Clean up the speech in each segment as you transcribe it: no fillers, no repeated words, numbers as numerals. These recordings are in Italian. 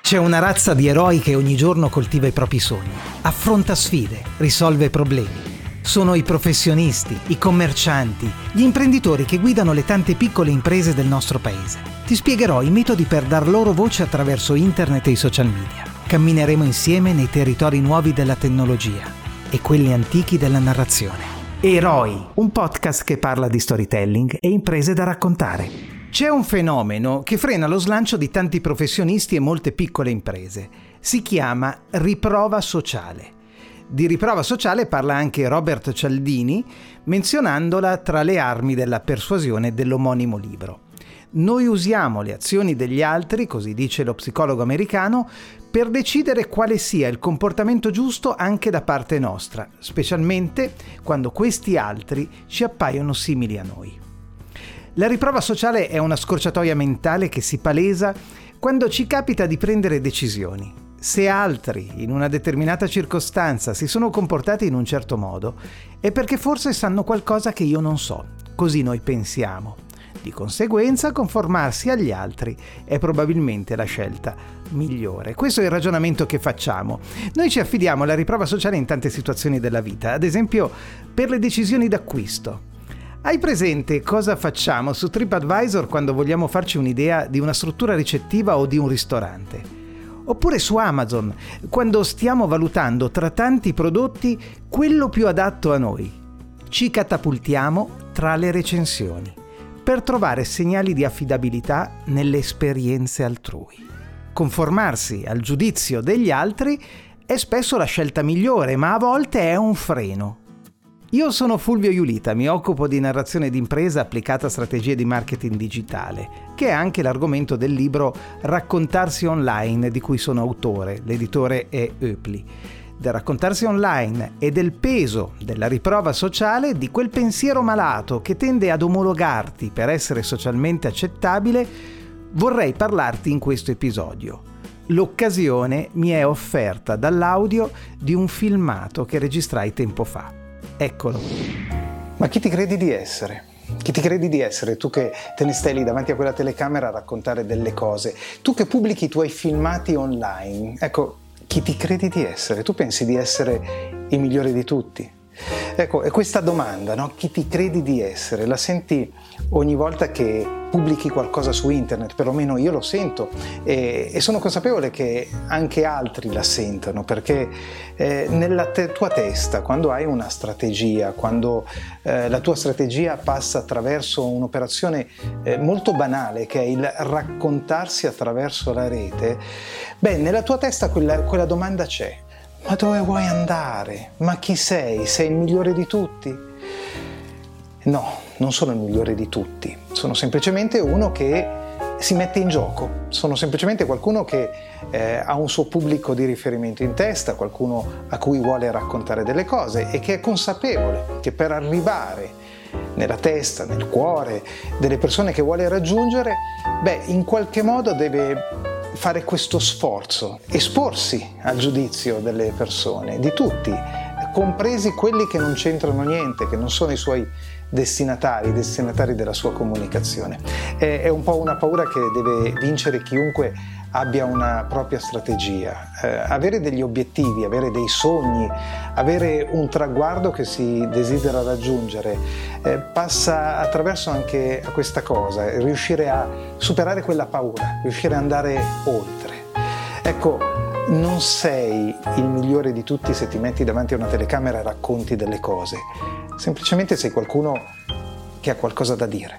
C'è una razza di eroi che ogni giorno coltiva i propri sogni, affronta sfide, risolve problemi. Sono i professionisti, i commercianti, gli imprenditori che guidano le tante piccole imprese del nostro paese. Ti spiegherò i metodi per dar loro voce attraverso internet e i social media. Cammineremo insieme nei territori nuovi della tecnologia e quelli antichi della narrazione. Eroi, un podcast che parla di storytelling e imprese da raccontare. C'è un fenomeno che frena lo slancio di tanti professionisti e molte piccole imprese. Si chiama riprova sociale. Di riprova sociale parla anche Robert Cialdini, menzionandola tra le armi della persuasione dell'omonimo libro. Noi usiamo le azioni degli altri, così dice lo psicologo americano, per decidere quale sia il comportamento giusto anche da parte nostra, specialmente quando questi altri ci appaiono simili a noi. La riprova sociale è una scorciatoia mentale che si palesa quando ci capita di prendere decisioni. Se altri, in una determinata circostanza, si sono comportati in un certo modo, è perché forse sanno qualcosa che io non so. Così noi pensiamo. Di conseguenza, conformarsi agli altri è probabilmente la scelta migliore. Questo è il ragionamento che facciamo. Noi ci affidiamo alla riprova sociale in tante situazioni della vita, ad esempio per le decisioni d'acquisto. Hai presente cosa facciamo su TripAdvisor quando vogliamo farci un'idea di una struttura ricettiva o di un ristorante? Oppure su Amazon, quando stiamo valutando tra tanti prodotti quello più adatto a noi. Ci catapultiamo tra le recensioni per trovare segnali di affidabilità nelle esperienze altrui. Conformarsi al giudizio degli altri è spesso la scelta migliore, ma a volte è un freno. Io sono Fulvio Iulita, mi occupo di narrazione d'impresa applicata a strategie di marketing digitale, che è anche l'argomento del libro Raccontarsi online, di cui sono autore, l'editore è Oepli. Del raccontarsi online e del peso della riprova sociale, di quel pensiero malato che tende ad omologarti per essere socialmente accettabile, vorrei parlarti in questo episodio. L'occasione mi è offerta dall'audio di un filmato che registrai tempo fa. Eccolo. Ma chi ti credi di essere? Chi ti credi di essere? Tu che te ne stai lì davanti a quella telecamera a raccontare delle cose, tu che pubblichi i tuoi filmati online, ecco, chi ti credi di essere? Tu pensi di essere il migliore di tutti? Ecco, e questa domanda, no? Chi ti credi di essere? La senti ogni volta che pubblichi qualcosa su internet, perlomeno io lo sento e sono consapevole che anche altri la sentono, perché nella tua testa, quando hai una strategia, quando la tua strategia passa attraverso un'operazione molto banale, che è il raccontarsi attraverso la rete, beh, nella tua testa quella domanda c'è. Ma dove vuoi andare? Ma chi sei? Sei il migliore di tutti? No, non sono il migliore di tutti. Sono semplicemente uno che si mette in gioco. Sono semplicemente qualcuno che ha un suo pubblico di riferimento in testa, qualcuno a cui vuole raccontare delle cose e che è consapevole che per arrivare nella testa, nel cuore delle persone che vuole raggiungere, beh, in qualche modo deve fare questo sforzo, esporsi al giudizio delle persone, di tutti, compresi quelli che non c'entrano niente, che non sono i suoi destinatari della sua comunicazione. È un po' una paura che deve vincere chiunque abbia una propria strategia. Avere degli obiettivi, avere dei sogni, avere un traguardo che si desidera raggiungere, passa attraverso anche a questa cosa, riuscire a superare quella paura, riuscire ad andare oltre. Ecco, non sei il migliore di tutti se ti metti davanti a una telecamera e racconti delle cose. Semplicemente sei qualcuno che ha qualcosa da dire.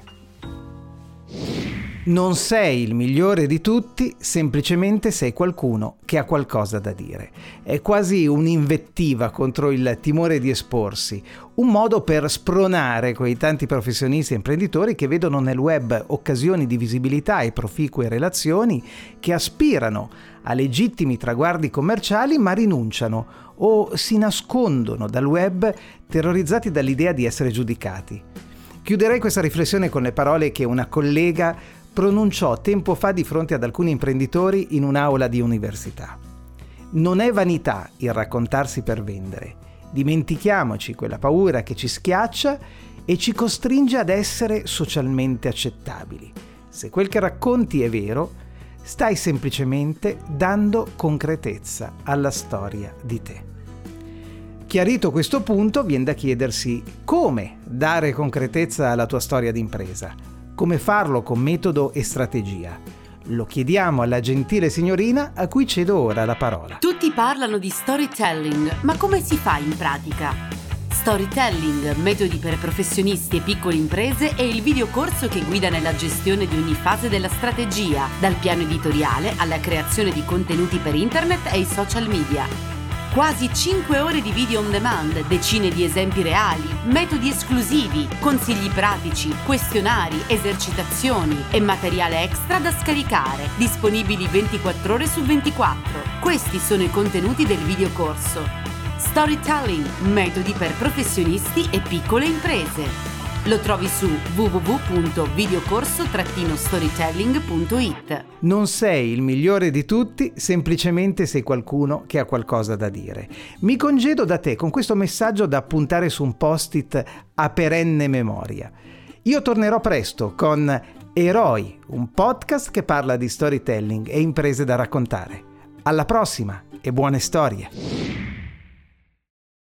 Non sei il migliore di tutti, semplicemente sei qualcuno che ha qualcosa da dire. È quasi un'invettiva contro il timore di esporsi, un modo per spronare quei tanti professionisti e imprenditori che vedono nel web occasioni di visibilità e proficue relazioni, che aspirano a legittimi traguardi commerciali ma rinunciano o si nascondono dal web terrorizzati dall'idea di essere giudicati. Chiuderei questa riflessione con le parole che una collega pronunciò tempo fa di fronte ad alcuni imprenditori in un'aula di università. Non è vanità il raccontarsi per vendere. Dimentichiamoci quella paura che ci schiaccia e ci costringe ad essere socialmente accettabili. Se quel che racconti è vero, Stai semplicemente dando concretezza alla storia di te. Chiarito questo punto, viene da chiedersi come dare concretezza alla tua storia d'impresa, come farlo con metodo e strategia. Lo chiediamo alla gentile signorina a cui cedo ora la parola. Tutti parlano di storytelling, ma come si fa in pratica? Storytelling, metodi per professionisti e piccole imprese, è il videocorso che guida nella gestione di ogni fase della strategia, dal piano editoriale alla creazione di contenuti per internet e i social media. Quasi 5 ore di video on demand, decine di esempi reali, metodi esclusivi, consigli pratici, questionari, esercitazioni e materiale extra da scaricare, disponibili 24 ore su 24. Questi sono i contenuti del videocorso. Storytelling, metodi per professionisti e piccole imprese. Lo trovi su www.videocorso-storytelling.it. Non sei il migliore di tutti, semplicemente sei qualcuno che ha qualcosa da dire. Mi congedo da te con questo messaggio da appuntare su un post-it a perenne memoria. Io tornerò presto con Eroi, un podcast che parla di storytelling e imprese da raccontare. Alla prossima e buone storie!